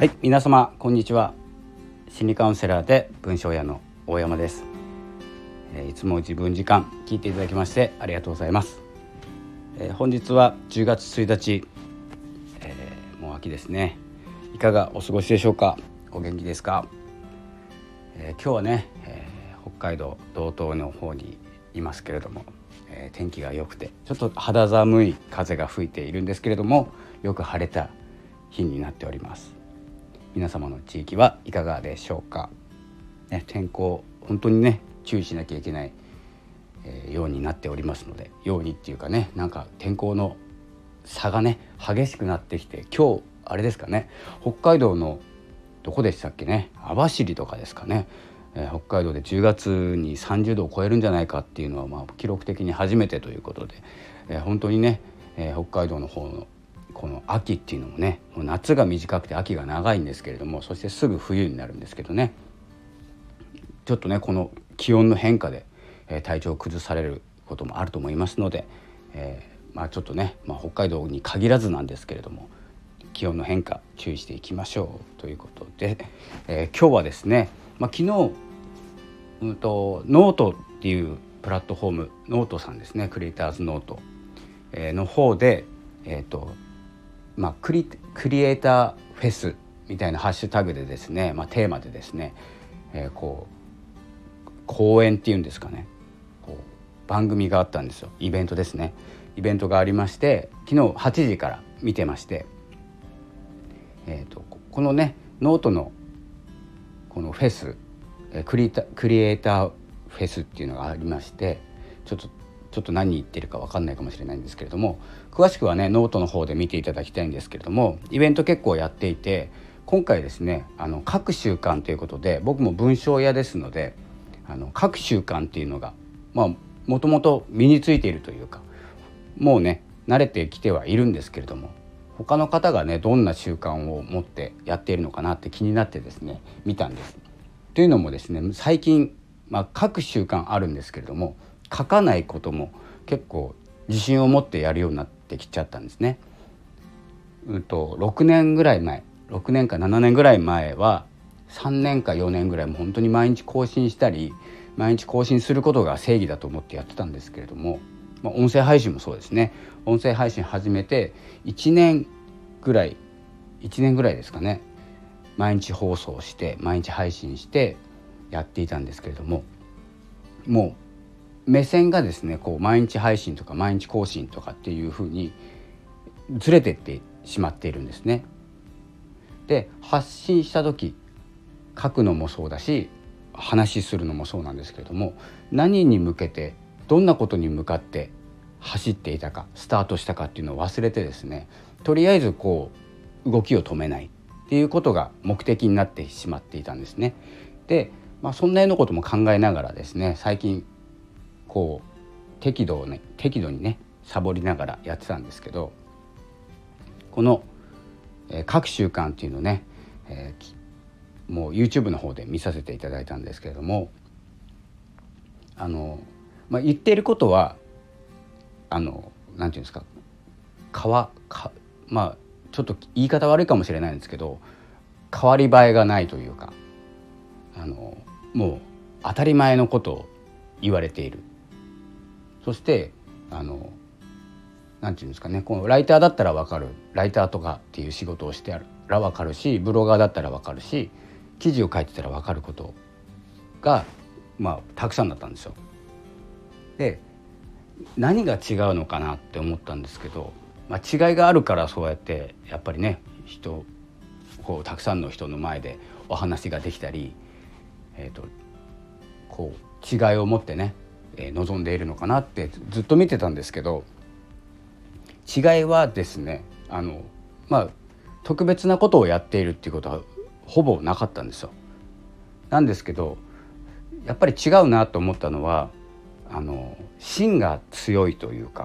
はい、皆様こんにちは。心理カウンセラーで文章屋の大山です。いつも自分時間聞いていただきましてありがとうございます。本日は10月1日、もう秋ですね。いかがお過ごしでしょうか。お元気ですか。今日はね、北海道道東の方にいますけれども、天気が良くてちょっと肌寒い風が吹いているんですけれども、よく晴れた日になっております。皆様の地域はいかがでしょうか。天候本当にね注意しなきゃいけない、ようになっておりますので、ようにっていうかね、なんか天候の差がね激しくなってきて、今日あれですかね、北海道のどこでしたっけね、網走とかですかね、北海道で10月に30度を超えるんじゃないかっていうのは、記録的に初めてということで、本当にね、北海道の方のこの秋っていうのもね、もう夏が短くて秋が長いんですけれども、そしてすぐ冬になるんですけどね、ちょっとねこの気温の変化で、体調を崩されることもあると思いますので、ちょっとね、北海道に限らずなんですけれども、気温の変化注意していきましょうということで、今日はですね、昨日ノートっていうプラットフォーム、ノートさんですね、クリエイターズノート、の方で、クリエイターフェスみたいなハッシュタグでですね、テーマでですね、講演っていうんですかね、番組があったんですよ。イベントですね。イベントがありまして、昨日8時から見てまして、このねノートのこのフェス、クリエイターフェスっていうのがありまして、ちょっと何言ってるか分かんないかもしれないんですけれども、詳しくはねノートの方で見ていただきたいんですけれども、イベント結構やっていて、今回ですね各習慣ということで、僕も文章屋ですので、各習慣っていうのがもともと身についているというか、もうね慣れてきてはいるんですけれども、他の方がねどんな習慣を持ってやっているのかなって気になってですね見たんです。というのもですね、最近、書く習慣あるんですけれども、書かないことも結構自信を持ってやるようになってきちゃったんですね。6年ぐらい前、6年か7年ぐらい前は3年か4年ぐらいも本当に毎日更新したり、毎日更新することが正義だと思ってやってたんですけれども、音声配信もそうですね。音声配信始めて1年ぐらいですかね、毎日放送して毎日配信してやっていたんですけれども、もう目線がですね毎日配信とか毎日更新とかっていう風にずれてってしまっているんですね。で、発信した時、書くのもそうだし話するのもそうなんですけれども、何に向けてどんなことに向かって走っていたか、スタートしたかっていうのを忘れてですね、とりあえず動きを止めないっていうことが目的になってしまっていたんですね。で、そんなようなことも考えながらですね、最近適度にねサボりながらやってたんですけど、この、各習慣っていうのをね、もう YouTube の方で見させていただいたんですけれども、言っていることはなんていうんですか、ちょっと言い方悪いかもしれないんですけど、変わり映えがないというか、もう当たり前のことを言われている。そしてなんていうんですかね、このライターだったら分かる、ライターとかっていう仕事をしてあるら分かるし、ブロガーだったら分かるし、記事を書いてたら分かることがたくさんだったんですよ。で、何が違うのかなって思ったんですけど、違いがあるからそうやってやっぱりねたくさんの人の前でお話ができたり、違いを持ってね、望んでいるのかなってずっと見てたんですけど、違いはですね、特別なことをやっているっていうことはほぼなかったんですよ。なんですけど、やっぱり違うなと思ったのは、芯が強いというか、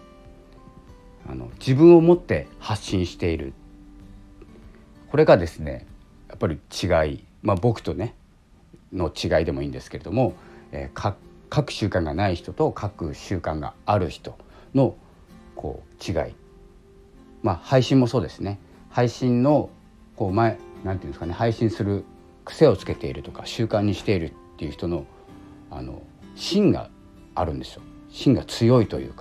自分を持って発信している、これがですねやっぱり違い、僕とねの違いでもいいんですけれども、書く習慣がない人と書く習慣がある人の違い、配信もそうですね。配信のなんていうんですかね、配信する癖をつけているとか習慣にしているっていう人の芯があるんですよ。芯が強いというか、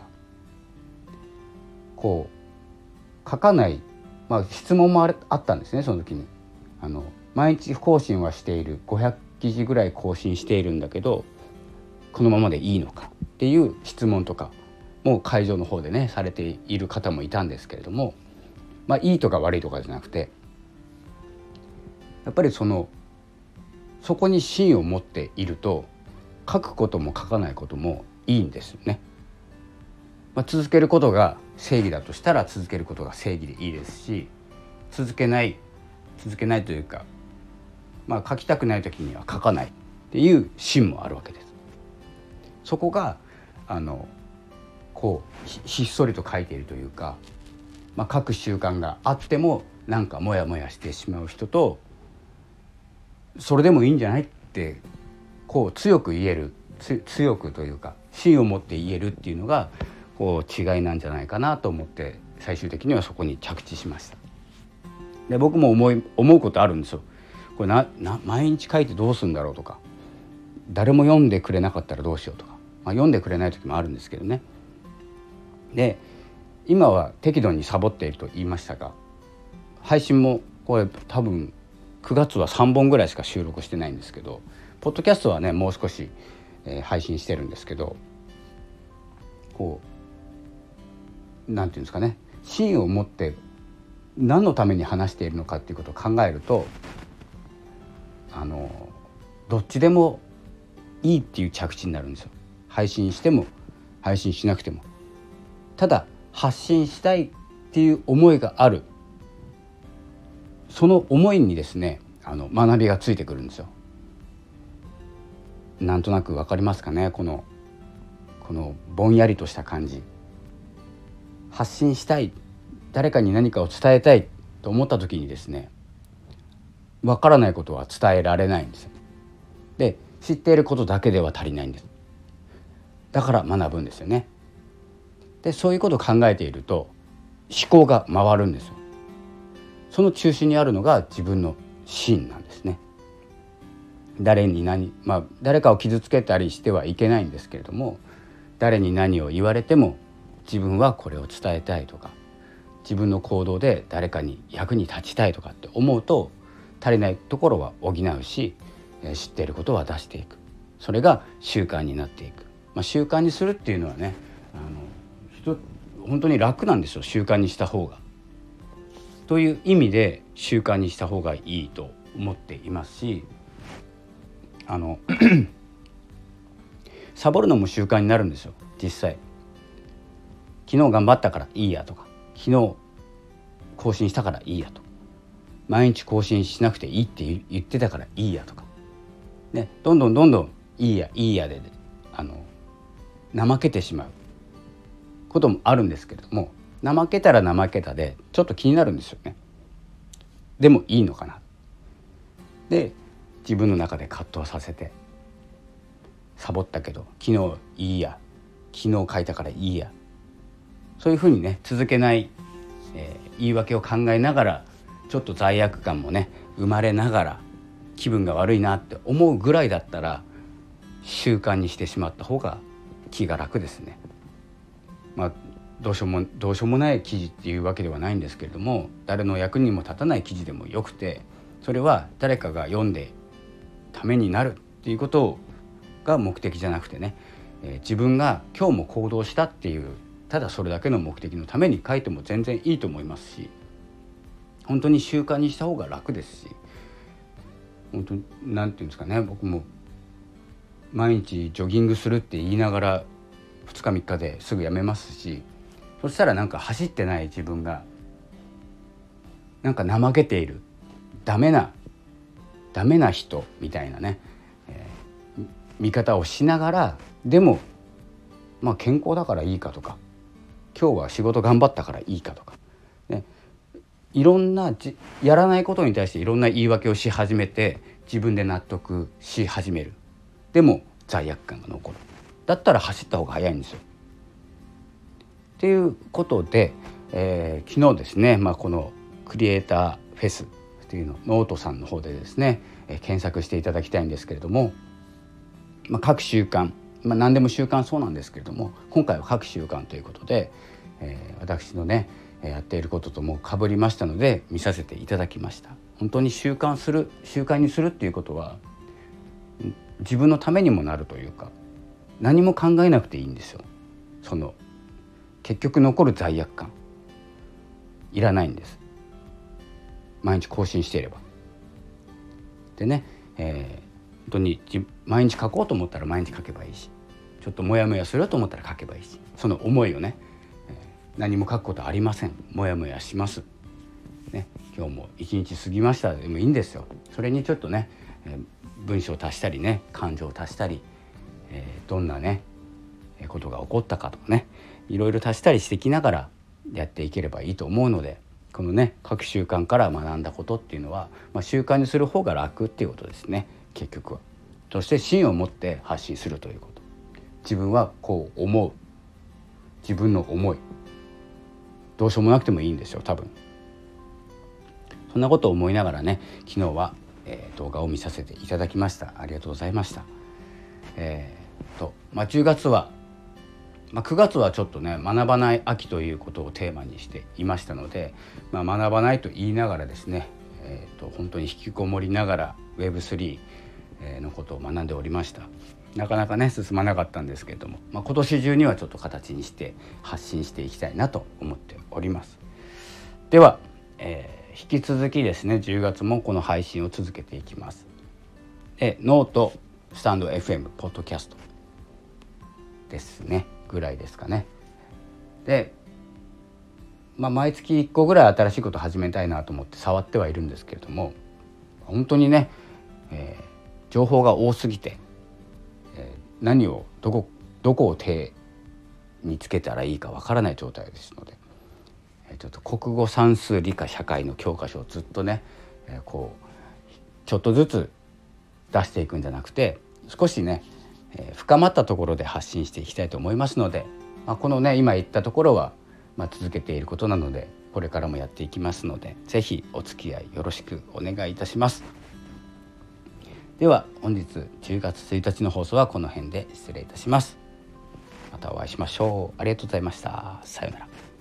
こう書かない、質問もあったんですね。その時に毎日更新はしている、500記事ぐらい更新しているんだけどこのままでいいのかっていう質問とかも会場の方でねされている方もいたんですけれども、いいとか悪いとかじゃなくて、やっぱりそこに芯を持っていると書くことも書かないこともいいんですよね。続けることが正義だとしたら続けることが正義でいいですし、続けないというか、書きたくない時には書かないっていう芯もあるわけです。そこがひっそりと書いているというか、書く習慣があってもなんかモヤモヤしてしまう人と、それでもいいんじゃないって強く言える、強くというか芯を持って言えるっていうのが違いなんじゃないかなと思って、最終的にはそこに着地しました。で僕も思うことあるんですよ。これ毎日書いてどうするんだろうとか、誰も読んでくれなかったらどうしようとか、読んでくれない時もあるんですけどね。で今は適度にサボっていると言いましたが、配信もこれ多分9月は3本ぐらいしか収録してないんですけど、ポッドキャストはねもう少し、配信してるんですけど、なんていうんですかね、芯を持って何のために話しているのかっていうことを考えると、どっちでもいいっていう着地になるんですよ。配信しても配信しなくても、ただ発信したいっていう思いがある、その思いにですね学びがついてくるんですよ。なんとなくわかりますかね、このぼんやりとした感じ。発信したい、誰かに何かを伝えたいと思った時にですね、わからないことは伝えられないんですよ。で知っていることだけでは足りないんです。だから学ぶんですよね。でそういうことを考えていると思考が回るんですよ。その中心にあるのが自分の芯なんですね。誰かを傷つけたりしてはいけないんですけれども、誰に何を言われても自分はこれを伝えたいとか、自分の行動で誰かに役に立ちたいとかって思うと、足りないところは補うし、知っていることは出していく。それが習慣になっていく。習慣にするっていうのはね、本当に楽なんですよ、習慣にした方が。という意味で習慣にした方がいいと思っていますし、サボるのも習慣になるんですよ。実際昨日頑張ったからいいやとか、昨日更新したからいいやとか、毎日更新しなくていいって言ってたからいいやとか、ね、どんどんいいやで、怠けてしまうこともあるんですけれども、怠けたら怠けたでちょっと気になるんですよね。でもいいのかな。で自分の中で葛藤させて、サボったけど昨日いいや、昨日書いたからいいや、そういうふうにね続けない、言い訳を考えながら、ちょっと罪悪感もね生まれながら気分が悪いなって思うぐらいだったら、習慣にしてしまった方が気が楽ですね。どうしようもない記事っていうわけではないんですけれども、誰の役にも立たない記事でもよくて、それは誰かが読んでためになるっていうことが目的じゃなくてね、自分が今日も行動したっていう、ただそれだけの目的のために書いても全然いいと思いますし、本当に習慣にした方が楽ですし、本当になんていうんですかね、僕も毎日ジョギングするって言いながら2日3日ですぐやめますし、そしたらなんか走ってない自分がなんか怠けている、ダメな人みたいなね、見方をしながら、でも健康だからいいかとか、今日は仕事頑張ったからいいかとか、ね、いろんなやらないことに対していろんな言い訳をし始めて、自分で納得し始める。でも罪悪感が残る。だったら走った方が早いんですよ。っていうことで、昨日ですね、このクリエイターフェスというのをノートさんの方でですね、検索していただきたいんですけれども、各習慣、何でも習慣そうなんですけれども、今回は各習慣ということで、私のねやっていることとも被りましたので見させていただきました。本当に習慣にするっていうことは自分のためにもなるというか、何も考えなくていいんですよ。その結局残る罪悪感いらないんです。毎日更新していれば。でね、本当に毎日書こうと思ったら毎日書けばいいし、ちょっとモヤモヤすると思ったら書けばいいし、その思いをね、何も書くことありません。モヤモヤします、ね、今日も一日過ぎましたでもいいんですよ。それにちょっとね、文章を足したりね、感情を足したり、どんなねことが起こったかとかね、いろいろ足したりしてきながらやっていければいいと思うので、このね各習慣から学んだことっていうのは、習慣にする方が楽っていうことですね。結局はそして芯を持って発信するということ。自分はこう思う、自分の思い、どうしようもなくてもいいんですよ多分。そんなことを思いながらね、昨日は、動画を見させていただきました。ありがとうございました。10月は、9月はちょっとね学ばない秋ということをテーマにしていましたので、学ばないと言いながらですね、本当に引きこもりながら Web3 のことを学んでおりました。なかなかね進まなかったんですけれども、今年中にはちょっと形にして発信していきたいなと思っております。では、引き続きですね10月もこの配信を続けていきます。ノート、スタンド FM、ポッドキャストですねぐらいですかね。で、毎月1個ぐらい新しいことを始めたいなと思って触ってはいるんですけれども、本当にね、情報が多すぎて、何をどこを手につけたらいいかわからない状態ですので、ちょっと国語、算数、理科、社会の教科書をずっとね、ちょっとずつ出していくんじゃなくて、少しね、深まったところで発信していきたいと思いますので、このね今言ったところは、続けていることなので、これからもやっていきますので、ぜひお付き合いよろしくお願いいたします。では本日10月1日の放送はこの辺で失礼いたします。またお会いしましょう。ありがとうございました。さようなら。